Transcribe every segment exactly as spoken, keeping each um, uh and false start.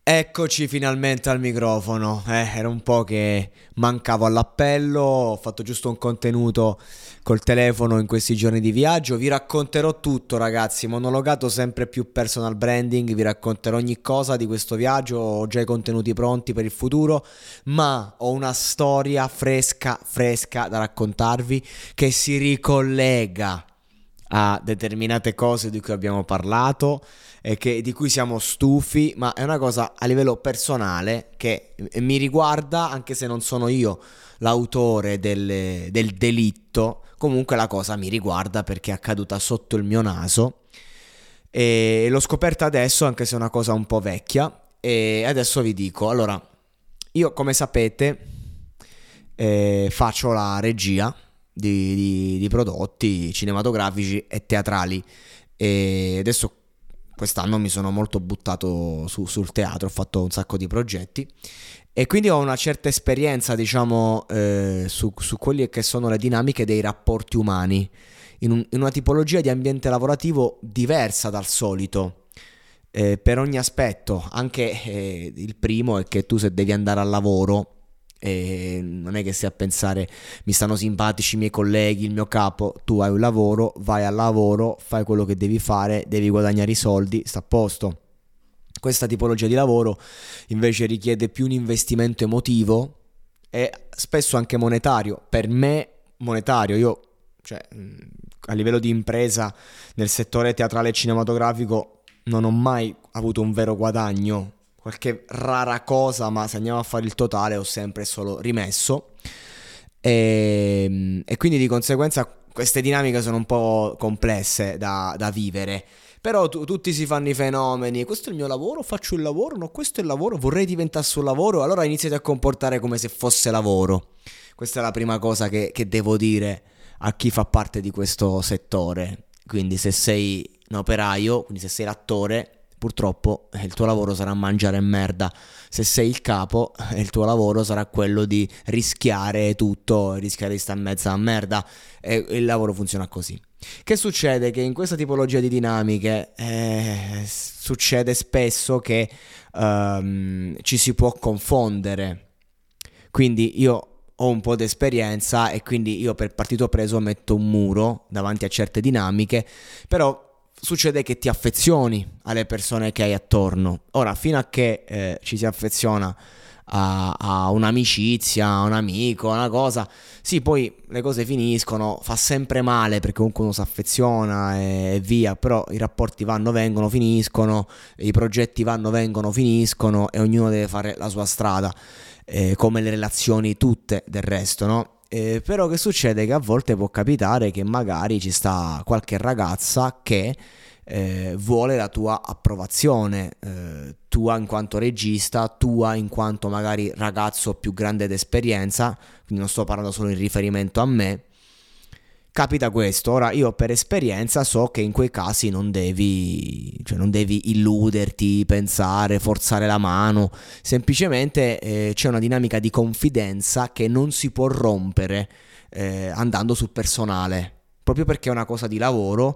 Eccoci finalmente al microfono. Eh, era un po' che mancavo all'appello, ho fatto giusto un contenuto col telefono in questi giorni di viaggio. Vi racconterò tutto, ragazzi, monologato sempre più personal branding, vi racconterò ogni cosa di questo viaggio, ho già i contenuti pronti per il futuro, ma ho una storia fresca, fresca da raccontarvi che si ricollega a determinate cose di cui abbiamo parlato e che, di cui siamo stufi, ma è una cosa a livello personale che mi riguarda anche se non sono io l'autore del, del delitto. Comunque la cosa mi riguarda perché è accaduta sotto il mio naso e l'ho scoperta adesso, anche se è una cosa un po' vecchia. E adesso vi dico, allora, io come sapete eh, faccio la regia di, di- di prodotti cinematografici e teatrali e adesso quest'anno mi sono molto buttato su- sul teatro, ho fatto un sacco di progetti e quindi ho una certa esperienza, diciamo, eh, su, su quelle che sono le dinamiche dei rapporti umani in, un- in una tipologia di ambiente lavorativo diversa dal solito. Eh, per ogni aspetto, anche eh, il primo è che tu se devi andare al lavoro, eh, non è che stai a pensare mi stanno simpatici i miei colleghi, il mio capo, tu hai un lavoro, vai al lavoro, fai quello che devi fare, devi guadagnare i soldi, sta a posto. Questa tipologia di lavoro invece richiede più un investimento emotivo e spesso anche monetario. Per me monetario, io cioè, mh, a livello di impresa nel settore teatrale e cinematografico non ho mai avuto un vero guadagno, qualche rara cosa, ma se andiamo a fare il totale ho sempre solo rimesso e, e quindi di conseguenza queste dinamiche sono un po' complesse da, da vivere. Però tu- tutti si fanno i fenomeni, questo è il mio lavoro, faccio il lavoro, no, questo è il lavoro, vorrei diventare sul lavoro, allora iniziati a comportare come se fosse lavoro. Questa è la prima cosa che, che devo dire a chi fa parte di questo settore. Quindi se sei un operaio, quindi se sei l'attore, purtroppo eh, il tuo lavoro sarà mangiare merda. Se sei il capo, eh, il tuo lavoro sarà quello di rischiare tutto, rischiare di stare in mezzo a merda. E il lavoro funziona così. Che succede? Che in questa tipologia di dinamiche eh, succede spesso che ehm, ci si può confondere. Quindi io ho un po' di esperienza e quindi io per partito preso metto un muro davanti a certe dinamiche, però succede che ti affezioni alle persone che hai attorno. Ora, fino a che eh, ci si affeziona a, a un'amicizia, a un amico, a una cosa, sì, poi le cose finiscono, fa sempre male perché comunque uno si affeziona e, e via, però i rapporti vanno, vengono, finiscono, i progetti vanno, vengono, finiscono e ognuno deve fare la sua strada, eh, come le relazioni tutte del resto, no? Eh, però che succede? Che a volte può capitare che magari ci sta qualche ragazza che eh, vuole la tua approvazione, eh, tua in quanto regista, tua in quanto magari ragazzo più grande d'esperienza, quindi non sto parlando solo in riferimento a me. Capita questo, ora io per esperienza so che in quei casi non devi, cioè non devi illuderti, pensare, forzare la mano, semplicemente eh, c'è una dinamica di confidenza che non si può rompere eh, andando sul personale, proprio perché è una cosa di lavoro,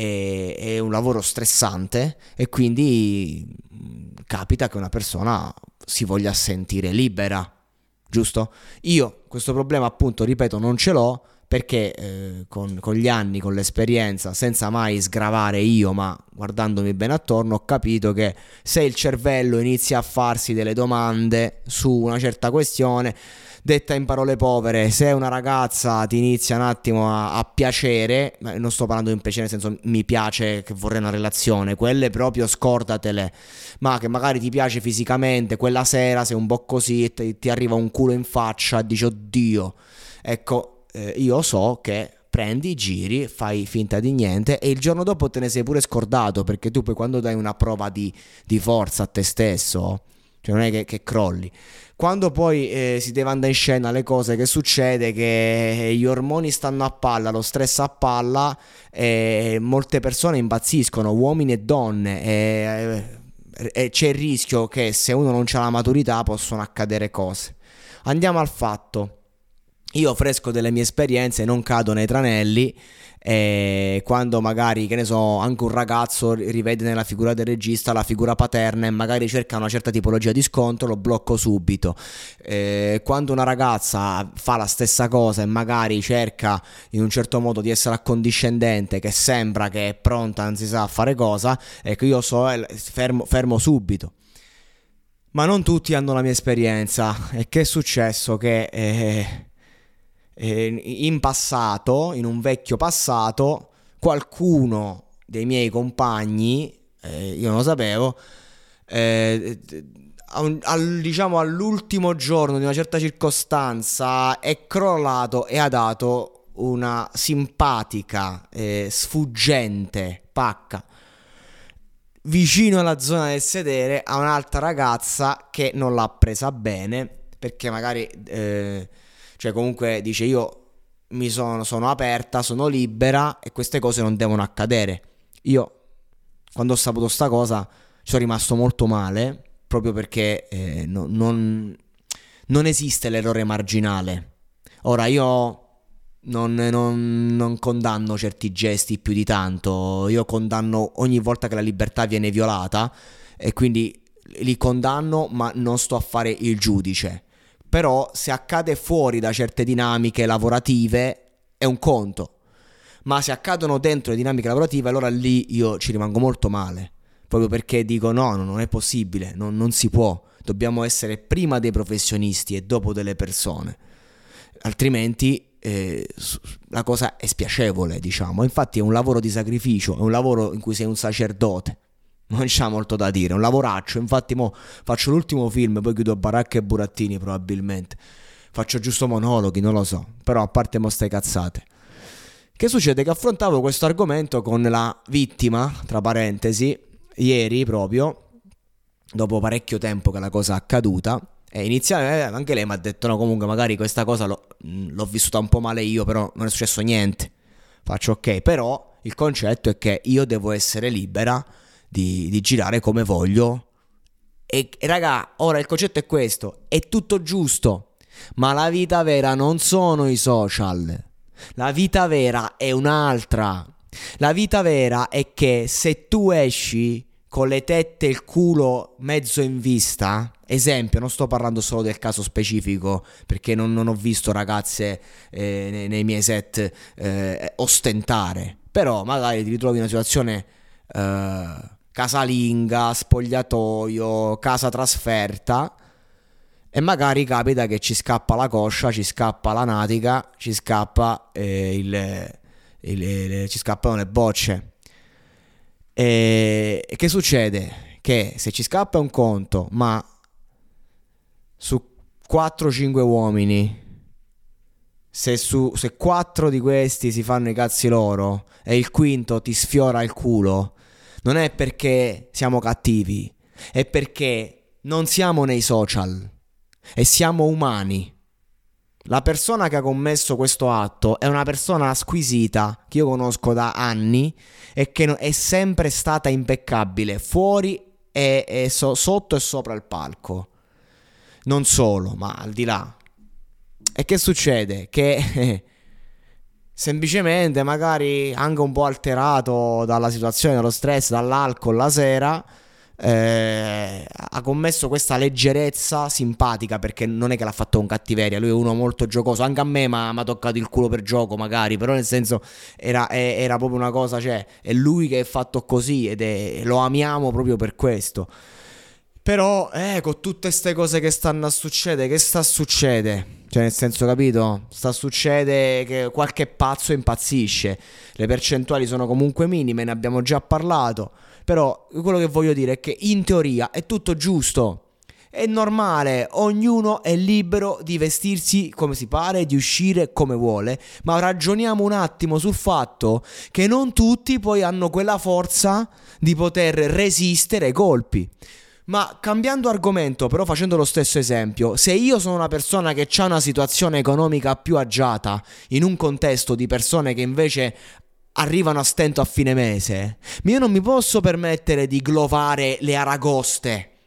è, è un lavoro stressante e quindi mh, capita che una persona si voglia sentire libera, giusto? Io questo problema appunto, ripeto, non ce l'ho perché eh, con, con gli anni, con l'esperienza, senza mai sgravare io, ma guardandomi bene attorno, ho capito che se il cervello inizia a farsi delle domande su una certa questione, detta in parole povere, se una ragazza ti inizia un attimo a, a piacere, ma non sto parlando di un piacere nel senso mi piace che vorrei una relazione, quelle proprio scordatele, ma che magari ti piace fisicamente, quella sera sei un po' così e ti, ti arriva un culo in faccia e dici oddio, ecco eh, io so che prendi, giri, fai finta di niente e il giorno dopo te ne sei pure scordato perché tu poi quando dai una prova di, di forza a te stesso, cioè non è che, che crolli. Quando poi eh, si deve andare in scena le cose che succede, che gli ormoni stanno a palla, lo stress a palla e molte persone impazziscono, uomini e donne e, e- e c'è il rischio che se uno non ha la maturità possono accadere cose. Andiamo al fatto. io fresco delle mie esperienze non cado nei tranelli, e quando magari, che ne so, anche un ragazzo rivede nella figura del regista la figura paterna e magari cerca una certa tipologia di scontro, lo blocco subito. Eh, quando una ragazza fa la stessa cosa e magari cerca in un certo modo di essere accondiscendente, che sembra che è pronta, non si sa a fare cosa, ecco, io so, eh, fermo, fermo subito. Ma non tutti hanno la mia esperienza. E che è successo? Che eh, eh, in passato, in un vecchio passato, qualcuno dei miei compagni, eh, io non lo sapevo, eh, a un- al- diciamo all'ultimo giorno di una certa circostanza è crollato e ha dato una simpatica, eh, sfuggente pacca vicino alla zona del sedere a un'altra ragazza che non l'ha presa bene, perché magari eh, cioè comunque dice: io mi sono, sono aperta, sono libera e queste cose non devono accadere. Io quando ho saputo sta cosa ci sono rimasto molto male, proprio perché eh, no- non, non esiste l'errore marginale. Ora io non, non- non condanno certi gesti più di tanto, io condanno ogni volta che la libertà viene violata e quindi li condanno, ma non sto a fare il giudice. Però se accade fuori da certe dinamiche lavorative è un conto, ma se accadono dentro le dinamiche lavorative allora lì io ci rimango molto male, proprio perché dico no, no, non è possibile, non, non si può, dobbiamo essere prima dei professionisti e dopo delle persone, altrimenti eh, s- la cosa è spiacevole, diciamo. Infatti è un lavoro di sacrificio, è un lavoro in cui sei un sacerdote, non c'ha molto da dire, è un lavoraccio. Infatti mo faccio l'ultimo film, poi chiudo Baracca e Burattini probabilmente, faccio giusto monologhi, non lo so, però a parte mo ste cazzate. Che succede? Che affrontavo questo argomento con la vittima, tra parentesi, ieri proprio, dopo parecchio tempo che la cosa è accaduta. E inizialmente anche lei mi ha detto: no, comunque magari questa cosa l'ho, mh, l'ho vissuta un po' male io, però non è successo niente. Faccio ok, però il concetto è che io devo essere libera di, di girare come voglio. E, e raga, ora il concetto è questo: è tutto giusto, ma la vita vera non sono i social. La vita vera è un'altra. La vita vera è che se tu esci con le tette e il culo mezzo in vista, esempio, non sto parlando solo del caso specifico, perché non, non ho visto ragazze eh, nei, nei miei set eh, ostentare, però magari ti ritrovi in una situazione eh, casalinga, spogliatoio, casa trasferta, e magari capita che ci scappa la coscia, ci scappa la natica, ci scappa eh, il, il- il- ci scappano le bocce. E e che succede? Che se ci scappa è un conto, ma su quattro cinque uomini, se, su, se quattro di questi si fanno i cazzi loro e il quinto ti sfiora il culo, non è perché siamo cattivi, è perché non siamo nei social e siamo umani. La persona che ha commesso questo atto è una persona squisita che io conosco da anni e che no- è sempre stata impeccabile fuori e, e so- sotto e sopra il palco. Non solo, ma al di là. E che succede? Che eh, semplicemente magari anche un po' alterato dalla situazione, dallo stress, dall'alcol la sera, eh, ha commesso questa leggerezza simpatica, perché non è che l'ha fatto con cattiveria, lui è uno molto giocoso, anche a me mi ha toccato il culo per gioco magari, però nel senso era, è- era proprio una cosa, cioè è lui che è fatto così ed è, lo amiamo proprio per questo. Però, eh, con tutte ste cose che stanno a succedere, che sta a succedere? Cioè, nel senso, capito? Sta a succedere che qualche pazzo impazzisce. Le percentuali sono comunque minime, ne abbiamo già parlato. Però, quello che voglio dire è che in teoria è tutto giusto. È normale, ognuno è libero di vestirsi come si pare, di uscire come vuole. Ma ragioniamo un attimo sul fatto che non tutti poi hanno quella forza di poter resistere ai colpi. Ma cambiando argomento, però facendo lo stesso esempio, se io sono una persona che ha una situazione economica più agiata in un contesto di persone che invece arrivano a stento a fine mese, io non mi posso permettere di glovare le aragoste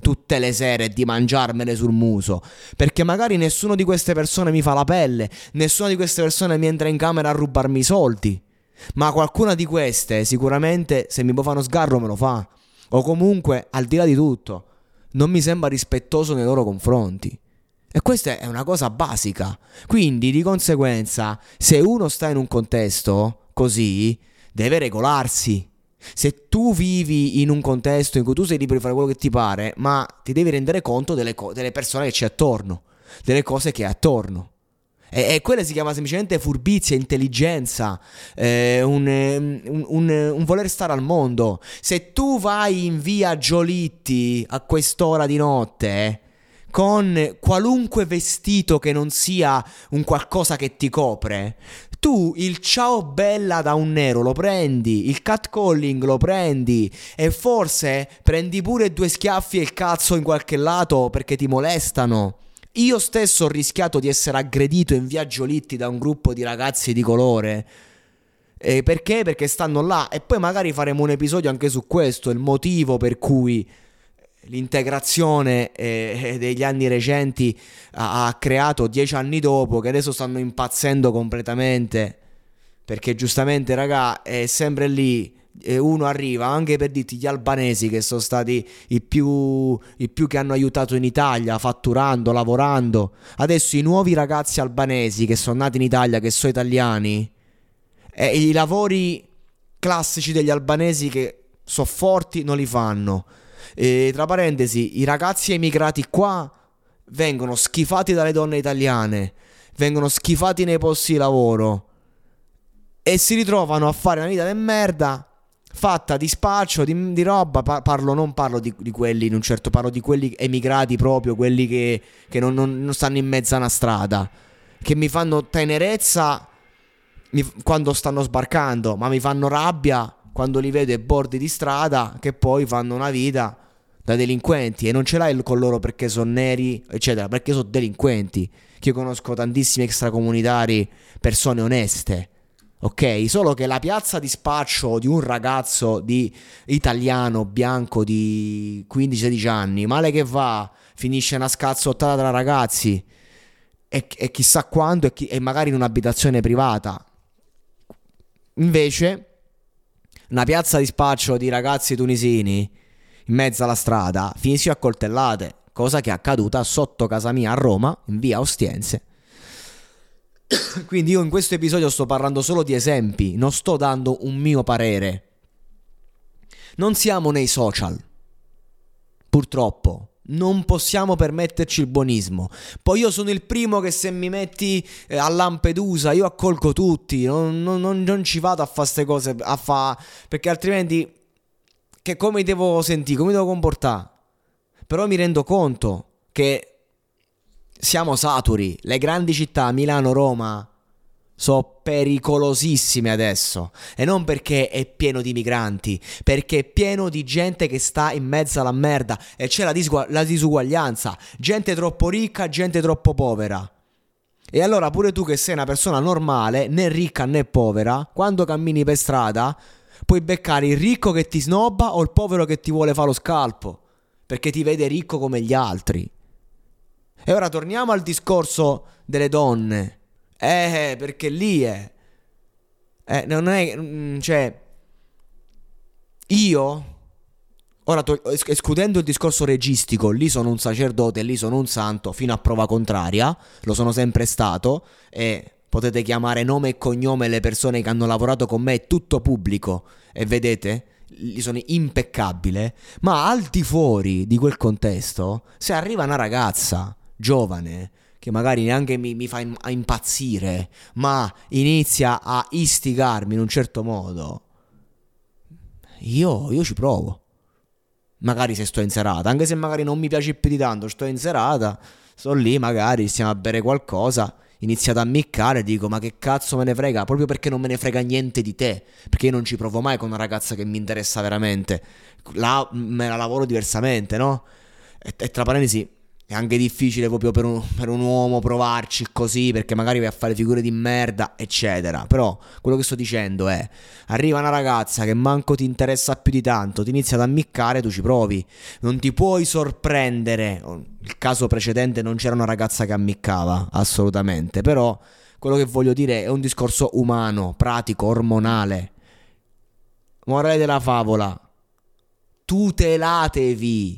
tutte le sere e di mangiarmele sul muso, perché magari nessuno di queste persone mi fa la pelle, nessuna di queste persone mi entra in camera a rubarmi i soldi, ma qualcuna di queste sicuramente, se mi può fare uno sgarro, me lo fa, o comunque, al di là di tutto, non mi sembra rispettoso nei loro confronti. E questa è una cosa basica. Quindi, di conseguenza, se uno sta in un contesto così, deve regolarsi. Se tu vivi in un contesto in cui tu sei libero di fare quello che ti pare, ma ti devi rendere conto delle, co- delle persone che c'è attorno, delle cose che hai attorno. E, e quella si chiama semplicemente furbizia, intelligenza, eh, un, un, un, un voler stare al mondo. Se tu vai in via Giolitti a quest'ora di notte con qualunque vestito che non sia un qualcosa che ti copre, tu il ciao bella da un nero lo prendi, il catcalling lo prendi e forse prendi pure due schiaffi e il cazzo in qualche lato perché ti molestano. Io stesso ho rischiato di essere aggredito in via Giolitti da un gruppo di ragazzi di colore. Eh, perché? Perché stanno là. E poi magari faremo un episodio anche su questo, il motivo per cui l'integrazione eh, degli anni recenti ha, ha creato dieci anni dopo, che adesso stanno impazzendo completamente, perché giustamente raga è sempre lì, e uno arriva anche per dirti gli albanesi che sono stati i più, i più che hanno aiutato in Italia fatturando, lavorando, adesso i nuovi ragazzi albanesi che sono nati in Italia, che sono italiani, e i lavori classici degli albanesi che sono forti non li fanno. E tra parentesi, i ragazzi emigrati qua vengono schifati dalle donne italiane, vengono schifati nei posti di lavoro e si ritrovano a fare una vita di merda fatta di spaccio, di, di roba. Pa- parlo, non parlo di, di quelli in un certo, parlo di quelli emigrati proprio, quelli che, che non, non, non stanno in mezzo a una strada, che mi fanno tenerezza mi, quando stanno sbarcando, ma mi fanno rabbia quando li vedo ai bordi di strada che poi fanno una vita da delinquenti, e non ce l'hai con loro perché sono neri eccetera, perché sono delinquenti. Che io conosco tantissimi extracomunitari, persone oneste, ok? Solo che la piazza di spaccio di un ragazzo di italiano bianco di quindici sedici anni, male che va, finisce una scazzottata tra ragazzi e, e chissà quando, e, chi, e magari in un'abitazione privata. Invece una piazza di spaccio di ragazzi tunisini in mezzo alla strada finisce a coltellate, cosa che è accaduta sotto casa mia a Roma, in via Ostiense. Quindi io in questo episodio sto parlando solo di esempi, non sto dando un mio parere. Non siamo nei social, purtroppo. Non possiamo permetterci il buonismo. Poi io sono il primo che se mi metti eh, a Lampedusa io accolgo tutti. Non, non, non, non ci vado a fare queste cose a fa... perché altrimenti che come devo sentire, come devo comportare? Però mi rendo conto che siamo saturi. Le grandi città, Milano, Roma, sono pericolosissime adesso. E non perché è pieno di migranti, perché è pieno di gente che sta in mezzo alla merda. E c'è la, disgu- la disuguaglianza. Gente troppo ricca, gente troppo povera. E allora pure tu che sei una persona normale, né ricca né povera, quando cammini per strada puoi beccare il ricco che ti snobba o il povero che ti vuole fare lo scalpo, perché ti vede ricco come gli altri. E ora torniamo al discorso delle donne. Eh, perché lì è eh, non è mm, cioè io ora to- es- escludendo il discorso registico, lì sono un sacerdote, lì sono un santo fino a prova contraria, lo sono sempre stato, e potete chiamare nome e cognome le persone che hanno lavorato con me, è tutto pubblico e vedete, lì sono impeccabile. Ma al di fuori di quel contesto, se arriva una ragazza giovane che magari neanche mi, mi fa im- a impazzire, ma inizia a istigarmi in un certo modo, io, io ci provo. Magari se sto in serata, anche se magari non mi piace più di tanto, sto in serata, sto lì, magari stiamo a bere qualcosa, iniziate a ammiccare e dico ma che cazzo me ne frega, proprio perché non me ne frega niente di te, perché io non ci provo mai con una ragazza che mi interessa veramente, là me la lavoro diversamente, no? E, e tra parentesi, è anche difficile proprio per un, per un uomo provarci così, perché magari vai a fare figure di merda, eccetera. Però quello che sto dicendo è: arriva una ragazza che manco ti interessa più di tanto, ti inizia ad ammiccare, tu ci provi. Non ti puoi sorprendere. Il caso precedente non c'era una ragazza che ammiccava, assolutamente. Però quello che voglio dire è un discorso umano, pratico, ormonale. Morale della favola: tutelatevi.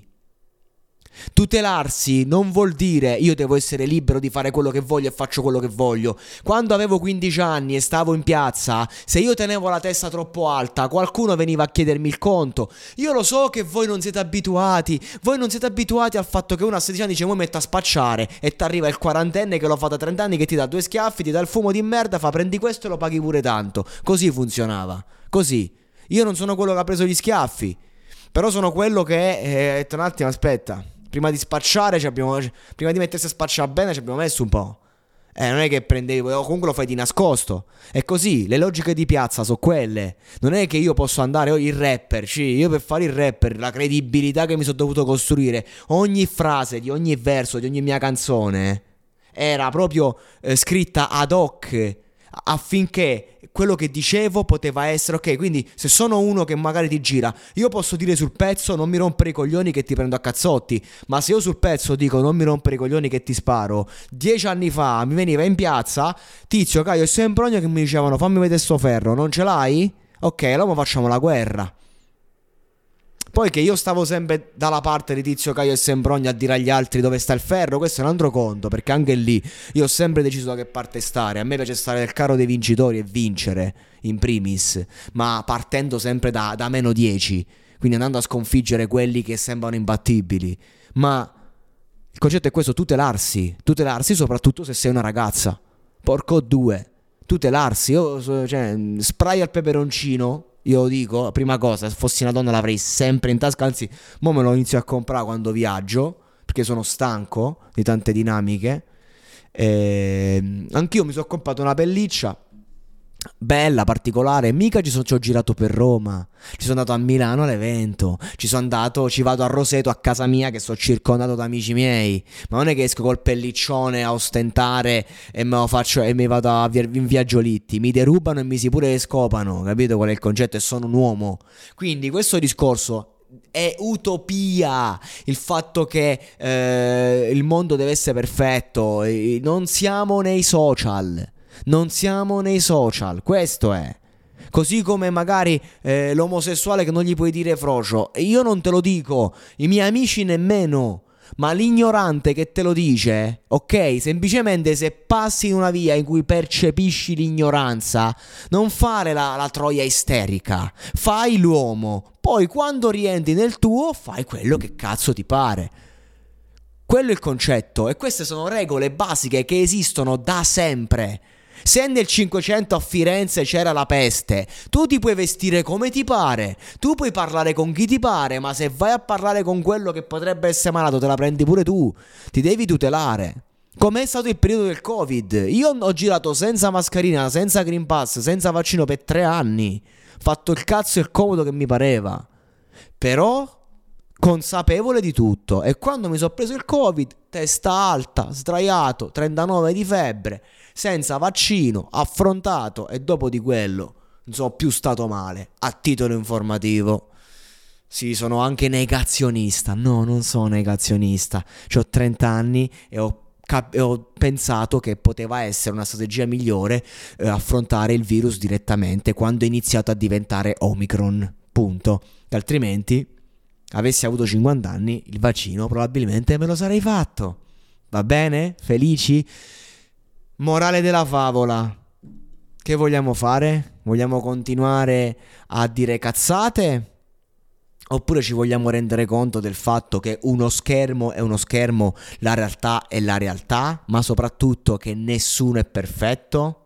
Tutelarsi non vuol dire io devo essere libero di fare quello che voglio e faccio quello che voglio. Quando avevo quindici anni e stavo in piazza, se io tenevo la testa troppo alta, qualcuno veniva a chiedermi il conto. Io lo so che voi non siete abituati, voi non siete abituati al fatto che uno a sedici anni dice: "Mo metto a spacciare", e ti arriva il quarantenne che lo fa da trenta anni, che ti dà due schiaffi, ti dà il fumo di merda, fa: "Prendi questo e lo paghi pure tanto". Così funzionava, così. Io non sono quello che ha preso gli schiaffi, però sono quello che eh, un attimo, aspetta. Prima di spacciare, ci abbiamo, prima di mettersi a spacciare bene, ci abbiamo messo un po'. Eh, non è che prendevi, o comunque lo fai di nascosto. È così, le logiche di piazza sono quelle. Non è che io posso andare, oh, il rapper, sì, io per fare il rapper, la credibilità che mi sono dovuto costruire, ogni frase di ogni verso di ogni mia canzone era proprio eh, scritta ad hoc, affinché quello che dicevo poteva essere ok. Quindi se sono uno che magari ti gira, io posso dire sul pezzo: "Non mi rompere i coglioni che ti prendo a cazzotti". Ma se io sul pezzo dico: "Non mi rompere i coglioni che ti sparo", dieci anni fa mi veniva in piazza Tizio, Caio e Sempronio che mi dicevano: "Fammi vedere sto ferro, non ce l'hai? Ok, allora facciamo la guerra". Poi che io stavo sempre dalla parte di Tizio, Caio e Sempronio a dire agli altri dove sta il ferro, questo è un altro conto, perché anche lì io ho sempre deciso da che parte stare. A me piace stare nel carro dei vincitori e vincere, in primis, ma partendo sempre da, da meno dieci, quindi andando a sconfiggere quelli che sembrano imbattibili. Ma il concetto è questo: tutelarsi, tutelarsi soprattutto se sei una ragazza. Porco due, tutelarsi. Io, cioè, spray al peperoncino, io lo dico, prima cosa, se fossi una donna l'avrei sempre in tasca. Anzi, mo me lo inizio a comprare quando viaggio, perché sono stanco di tante dinamiche. E anch'io mi sono comprato una pelliccia bella, particolare. Mica ci, so, ci ho girato per Roma, ci sono andato a Milano all'evento, ci sono andato, ci vado a Roseto, a casa mia, che sto circondato da amici miei. Ma non è che esco col pelliccione a ostentare e me lo faccio e mi vado a via, in viaggio litti. Mi derubano e mi si pure scopano, capito qual è il concetto? E sono un uomo. Quindi questo discorso è utopia, il fatto che eh, il mondo deve essere perfetto. Non siamo nei social. Non siamo nei social, questo è. Così come magari eh, l'omosessuale che non gli puoi dire frocio. E io non te lo dico, i miei amici nemmeno. Ma l'ignorante che te lo dice, ok? Semplicemente se passi in una via in cui percepisci l'ignoranza, non fare la, la troia isterica. Fai l'uomo. Poi quando rientri nel tuo, fai quello che cazzo ti pare. Quello è il concetto. E queste sono regole basiche che esistono da sempre. Se nel Cinquecento a Firenze c'era la peste, tu ti puoi vestire come ti pare, tu puoi parlare con chi ti pare, ma se vai a parlare con quello che potrebbe essere malato te la prendi pure tu, ti devi tutelare. Com'è stato il periodo del Covid? Io ho girato senza mascherina, senza Green Pass, senza vaccino per tre anni, fatto il cazzo e il comodo che mi pareva, però consapevole di tutto. E quando mi sono preso il Covid, testa alta, sdraiato, trentanove di febbre, senza vaccino, affrontato, e dopo di quello non sono più stato male. A titolo informativo, sì, sono anche negazionista. No, non sono negazionista. Ho trenta anni e ho, cap- e ho pensato che poteva essere una strategia migliore eh, affrontare il virus direttamente quando è iniziato a diventare Omicron, punto. E altrimenti, avessi avuto cinquanta anni, il vaccino probabilmente me lo sarei fatto. Va bene? Felici? Morale della favola: che vogliamo fare? Vogliamo continuare a dire cazzate? Oppure ci vogliamo rendere conto del fatto che uno schermo è uno schermo, la realtà è la realtà, ma soprattutto che nessuno è perfetto?